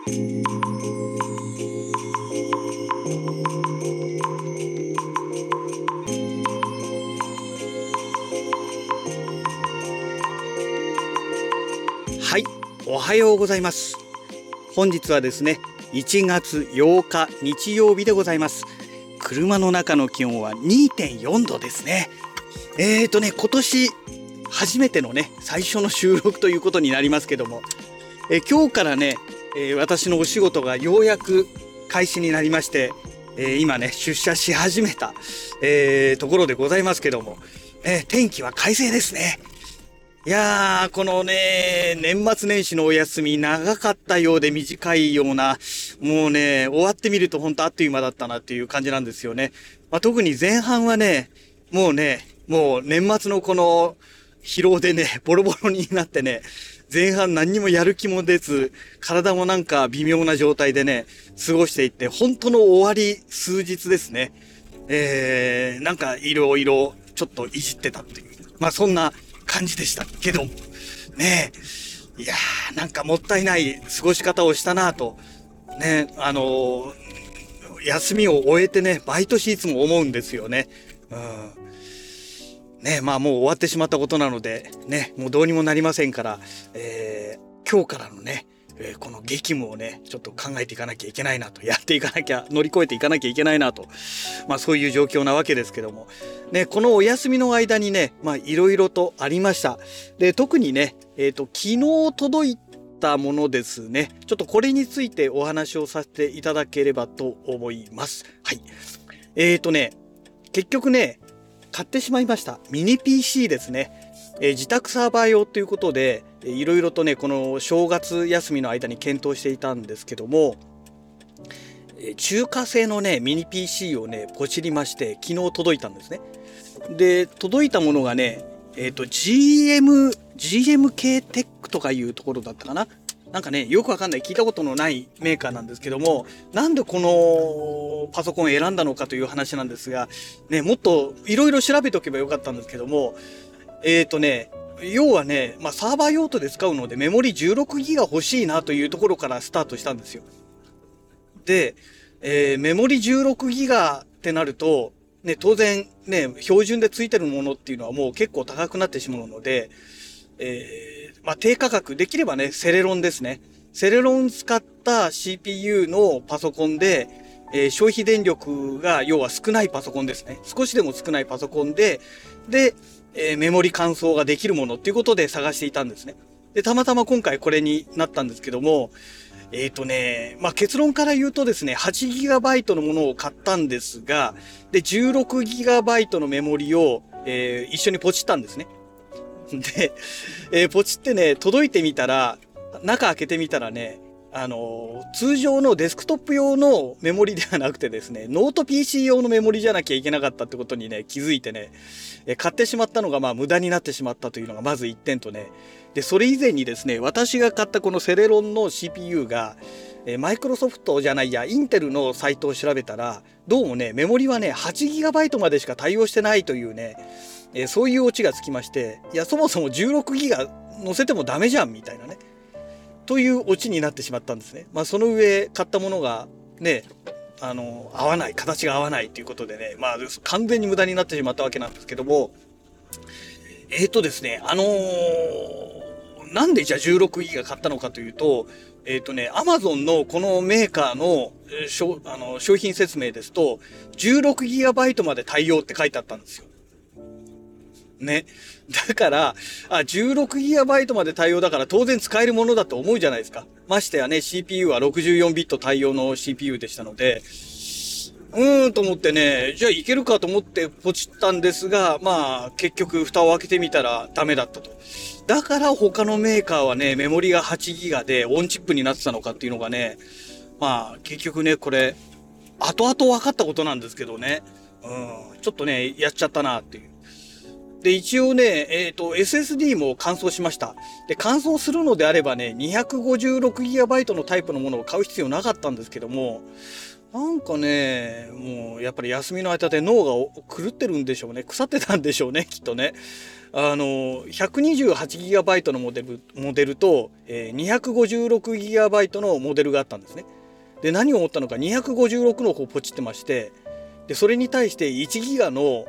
はい、おはようございます。本日はですね、1月8日日曜日でございます。車の中の気温は 2.4 度ですね。今年初めてのね、最初の収録ということになりますけども、今日からね、私のお仕事がようやく開始になりまして、今ね、出社し始めた、ところでございますけども、天気は快晴ですね。いやー、このね、年末年始のお休み長かったようで短いような、もうね、終わってみると本当あっという間だったなっていう感じなんですよね。特に前半はね、もう年末のこの疲労でね、ボロボロになってね、前半何にもやる気も出ず、体もなんか微妙な状態でね、過ごしていって、本当の終わり数日ですね。なんかいろいろちょっといじってたっていう、そんな感じでしたけどね。いやー、なんかもったいない過ごし方をしたなとね、休みを終えてね、毎年いつも思うんですよね。ね、もう終わってしまったことなのでね、もうどうにもなりませんから、今日からのね、この激務をね、ちょっと考えていかなきゃいけないなと、やっていかなきゃ、乗り越えていかなきゃいけないなと、そういう状況なわけですけども、ね、このお休みの間にね、いろいろとありました。で、特にね、昨日届いたものですね、ちょっとこれについてお話をさせていただければと思います。はい。結局ね、買ってしまいました。ミニ PC ですね。自宅サーバー用ということで、いろいろとね、この正月休みの間に検討していたんですけども、中華製のね、ミニ PC をね、ポチりまして、昨日届いたんですね。で、届いたものがね、GMK テックとかいうところだったかな。なんかね、よくわかんない、聞いたことのないメーカーなんですけども、なんでこのパソコンを選んだのかという話なんですが、ね、もっといろいろ調べておけばよかったんですけども、要はね、サーバー用途で使うのでメモリ16ギガ欲しいなというところからスタートしたんですよ。で、メモリ16ギガってなると、ね、当然ね、標準でついてるものっていうのはもう結構高くなってしまうので、低価格、できればね、セレロンですね。セレロン使った CPU のパソコンで、消費電力が要は少ないパソコンですね。少しでも少ないパソコンで、メモリ乾燥ができるものっていうことで探していたんですね。で、たまたま今回これになったんですけども、結論から言うとですね、8GB のものを買ったんですが、で、16GB のメモリを、一緒にポチったんですね。で、ポチってね、届いてみたら、中開けてみたらね、通常のデスクトップ用のメモリではなくてですね、ノート PC 用のメモリじゃなきゃいけなかったってことにね、気づいてね、買ってしまったのが無駄になってしまったというのがまず1点とね、で、それ以前にですね、私が買ったこのセレロンの CPU が、マイクロソフトじゃないや、インテルのサイトを調べたら、どうもね、メモリはね、8GB までしか対応してないというね、そういうオチがつきまして、いや、そもそも16ギガ載せてもダメじゃん、みたいなね。というオチになってしまったんですね。その上、買ったものがね、合わない、形が合わないということでね、完全に無駄になってしまったわけなんですけども、ですね、なんでじゃあ16ギガ買ったのかというと、Amazon のこのメーカーの、商品説明ですと、16GB まで対応って書いてあったんですよ。ね。だから、16GB まで対応だから当然使えるものだと思うじゃないですか。ましてやね、CPU は64ビット対応の CPU でしたので、と思ってね、じゃあいけるかと思ってポチったんですが、結局蓋を開けてみたらダメだったと。だから他のメーカーはね、メモリが8ギガでオンチップになってたのかっていうのがね、結局ね、これ、後々分かったことなんですけどね、ちょっとね、やっちゃったなっていう。で、一応ね、SSD も乾燥しました。で、乾燥するのであればね、256GB のタイプのものを買う必要なかったんですけども、なんかね、もうやっぱり休みの間で脳が狂ってるんでしょうね。腐ってたんでしょうね、きっとね。 128GB のモデルと、256GB のモデルがあったんですね。で、何を思ったのか、256の方ポチってまして、でそれに対して1ギガの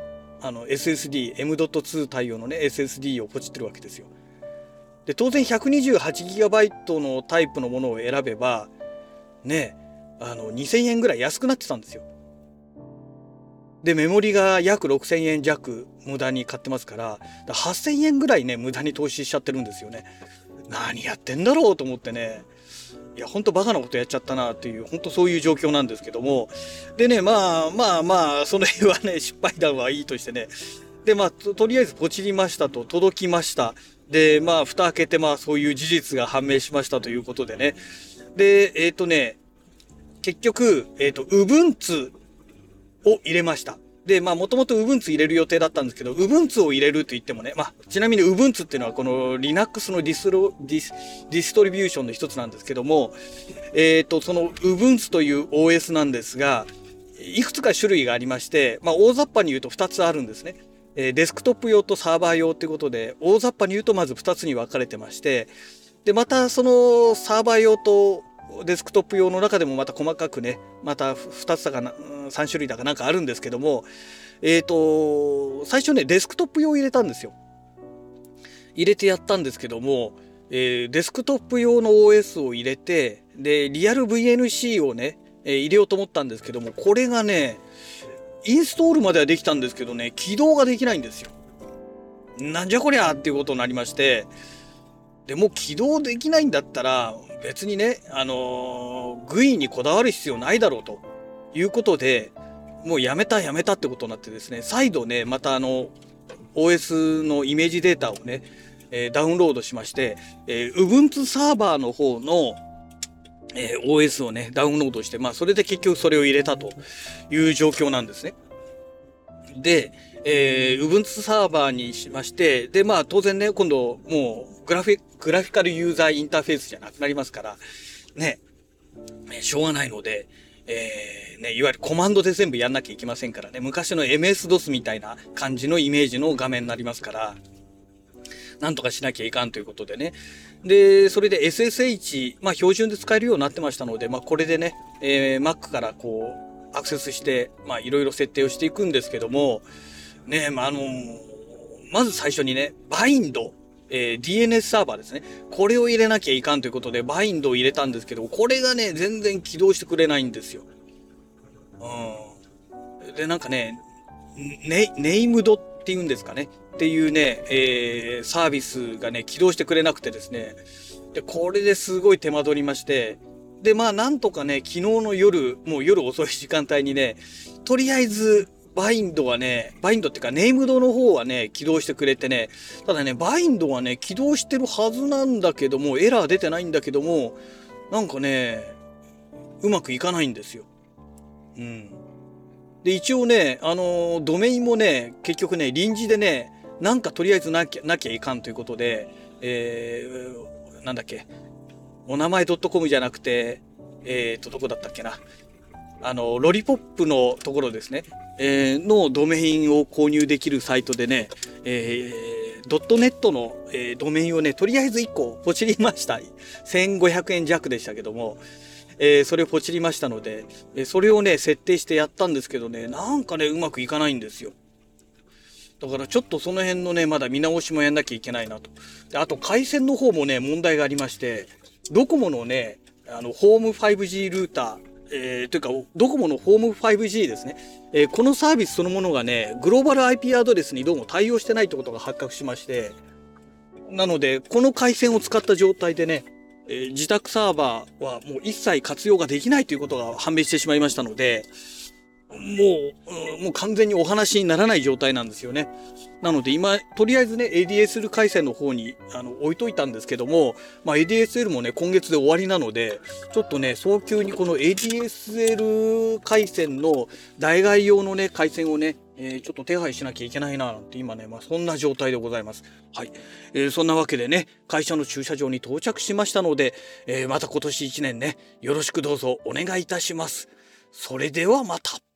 SSD、M.2 対応のね SSD をポチってるわけですよ。で当然 128GB のタイプのものを選べばね、2000円ぐらい安くなってたんですよ。でメモリが約6000円弱無駄に買ってますから、8000円ぐらいね無駄に投資しちゃってるんですよね。何やってんだろうと思ってね、いや本当バカなことやっちゃったなっていう、本当そういう状況なんですけども、でね、まあその辺はね失敗談はいいとしてね、でとりあえずポチりましたと、届きました。で蓋開けてそういう事実が判明しましたということでね、で結局Ubuntu を入れました。で、もともと Ubuntu 入れる予定だったんですけど、Ubuntu を入れると言ってもね、ちなみに Ubuntu っていうのはこの Linux のディストリビューションの一つなんですけども、その Ubuntu という OS なんですが、いくつか種類がありまして、大雑把に言うと2つあるんですね。デスクトップ用とサーバー用ということで、大雑把に言うとまず2つに分かれてまして、で、またそのサーバー用とデスクトップ用の中でもまた細かくね、また2つだかな3種類だかなんかあるんですけども、最初ねデスクトップ用入れたんですよ。入れてやったんですけども、デスクトップ用の OS を入れて、でリアル VNC をね、入れようと思ったんですけども、これがねインストールまではできたんですけどね、起動ができないんですよ。なんじゃこりゃっていうことになりまして、でもう起動できないんだったら別にね、GUI にこだわる必要ないだろうということで、もうやめたってことになってですね、再度ねまたOS のイメージデータをね、ダウンロードしまして、Ubuntu サーバーの方の、OS をねダウンロードして、それで結局それを入れたという状況なんですね。で、Ubuntu サーバーにしまして、で当然ね今度もうグラフィカルユーザーインターフェースじゃなくなりますからね、しょうがないので、いわゆるコマンドで全部やんなきゃいけませんからね、昔の MS-DOS みたいな感じのイメージの画面になりますから、なんとかしなきゃいかんということでね。で、それで SSH、標準で使えるようになってましたので、これでね、Mac からこう、アクセスして、いろいろ設定をしていくんですけども、ね、まず最初にね、バインド、DNS サーバーですね。これを入れなきゃいかんということで、バインドを入れたんですけど、これがね、全然起動してくれないんですよ。で、なんかね、ネイムドっていうんですかね。っていうね、サービスがね、起動してくれなくてですね。で、これですごい手間取りまして、で、なんとかね、昨日の夜、もう夜遅い時間帯にね、とりあえず、バインドっていうか、ネイムドの方はね、起動してくれてね、ただね、バインドはね、起動してるはずなんだけども、エラー出てないんだけども、なんかね、うまくいかないんですよ。で、一応ね、ドメインもね、結局ね、臨時でね、なんかとりあえずなきゃいかんということで、なんだっけ、お名前 .com じゃなくて、どこだったっけな。ロリポップのところですね、のドメインを購入できるサイトでね、ドットネットの、ドメインをね、とりあえず1個ポチりました。1500円弱でしたけども、それをポチりましたので、それをね、設定してやったんですけどね、なんかね、うまくいかないんですよ。だからちょっとその辺のね、まだ見直しもやんなきゃいけないなと。で、あと回線の方もね、問題がありまして、ドコモのね、ホーム 5G ルーター、というか、ドコモのホーム 5G ですね。このサービスそのものがね、グローバル IP アドレスにどうも対応してないってことが発覚しまして、なので、この回線を使った状態でね、自宅サーバーはもう一切活用ができないということが判明してしまいましたので、もう完全にお話にならない状態なんですよね。なので今、とりあえずね、ADSL 回線の方に置いといたんですけども、ADSL もね、今月で終わりなので、ちょっとね、早急にこの ADSL 回線の代替用のね、回線をね、ちょっと手配しなきゃいけないななんて今ね、そんな状態でございます。はい。そんなわけでね、会社の駐車場に到着しましたので、また今年1年ね、よろしくどうぞお願いいたします。それではまた。